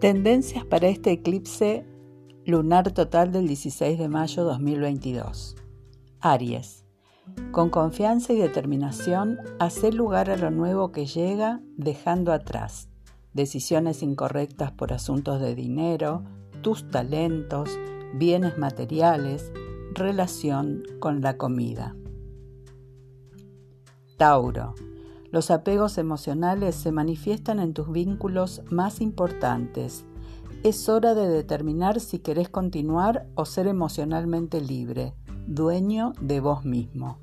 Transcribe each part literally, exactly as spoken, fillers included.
Tendencias para este eclipse lunar total del dieciséis de mayo de dos mil veintidós. Aries. Con confianza y determinación, hacé lugar a lo nuevo que llega, dejando atrás decisiones incorrectas por asuntos de dinero, tus talentos, bienes materiales, relación con la comida. Tauro. Los apegos emocionales se manifiestan en tus vínculos más importantes. Es hora de determinar si querés continuar o ser emocionalmente libre, dueño de vos mismo.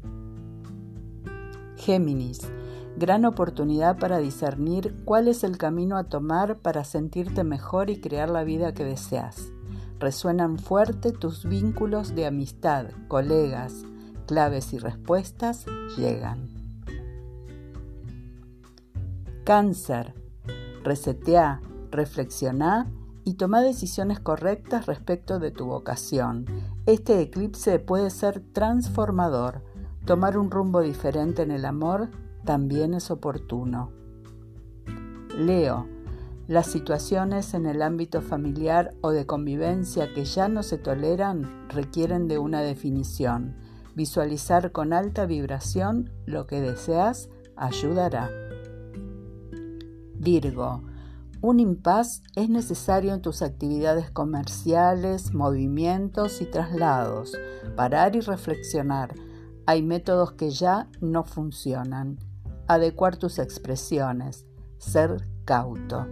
Géminis. Gran oportunidad para discernir cuál es el camino a tomar para sentirte mejor y crear la vida que deseas. Resuenan fuerte tus vínculos de amistad, colegas, claves y respuestas llegan. Cáncer. Resetea, reflexiona y toma decisiones correctas respecto de tu vocación. Este eclipse puede ser transformador. Tomar un rumbo diferente en el amor también es oportuno. Leo. Las situaciones en el ámbito familiar o de convivencia que ya no se toleran requieren de una definición. Visualizar con alta vibración lo que deseas ayudará. Virgo. Un impas es necesario en tus actividades comerciales, movimientos y traslados. Parar y reflexionar. Hay métodos que ya no funcionan. Adecuar tus expresiones. Ser cauto.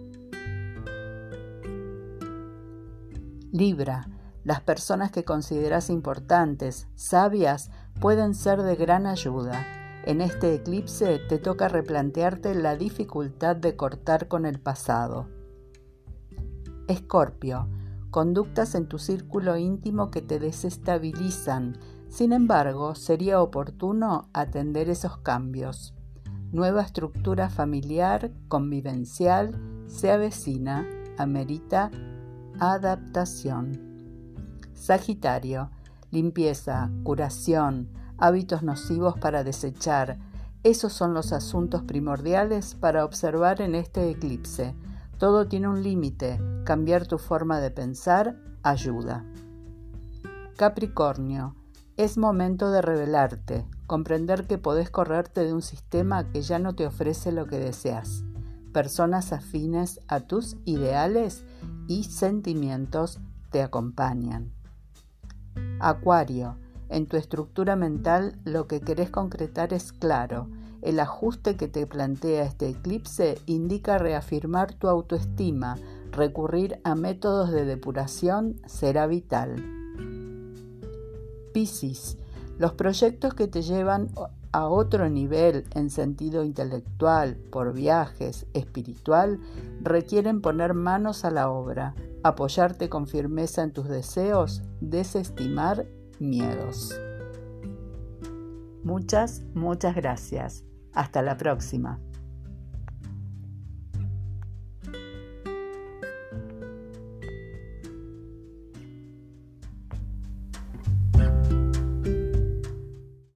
Libra. Las personas que consideras importantes, sabias, pueden ser de gran ayuda. En este eclipse te toca replantearte la dificultad de cortar con el pasado. Escorpio. Conductas en tu círculo íntimo que te desestabilizan. Sin embargo, sería oportuno atender esos cambios. Nueva estructura familiar, convivencial, se avecina, amerita adaptación. Sagitario. Limpieza, curación, hábitos nocivos para desechar. Esos son los asuntos primordiales para observar en este eclipse. Todo tiene un límite. Cambiar tu forma de pensar ayuda. Capricornio. Es momento de rebelarte, comprender que podés correrte de un sistema que ya no te ofrece lo que deseas. Personas afines a tus ideales y sentimientos te acompañan. Acuario. En tu estructura mental lo que querés concretar es claro. El ajuste que te plantea este eclipse indica reafirmar tu autoestima. Recurrir a métodos de depuración será vital. Piscis. Los proyectos que te llevan a otro nivel en sentido intelectual, por viajes, espiritual, requieren poner manos a la obra, apoyarte con firmeza en tus deseos, desestimar miedos. Muchas, muchas gracias. Hasta la próxima.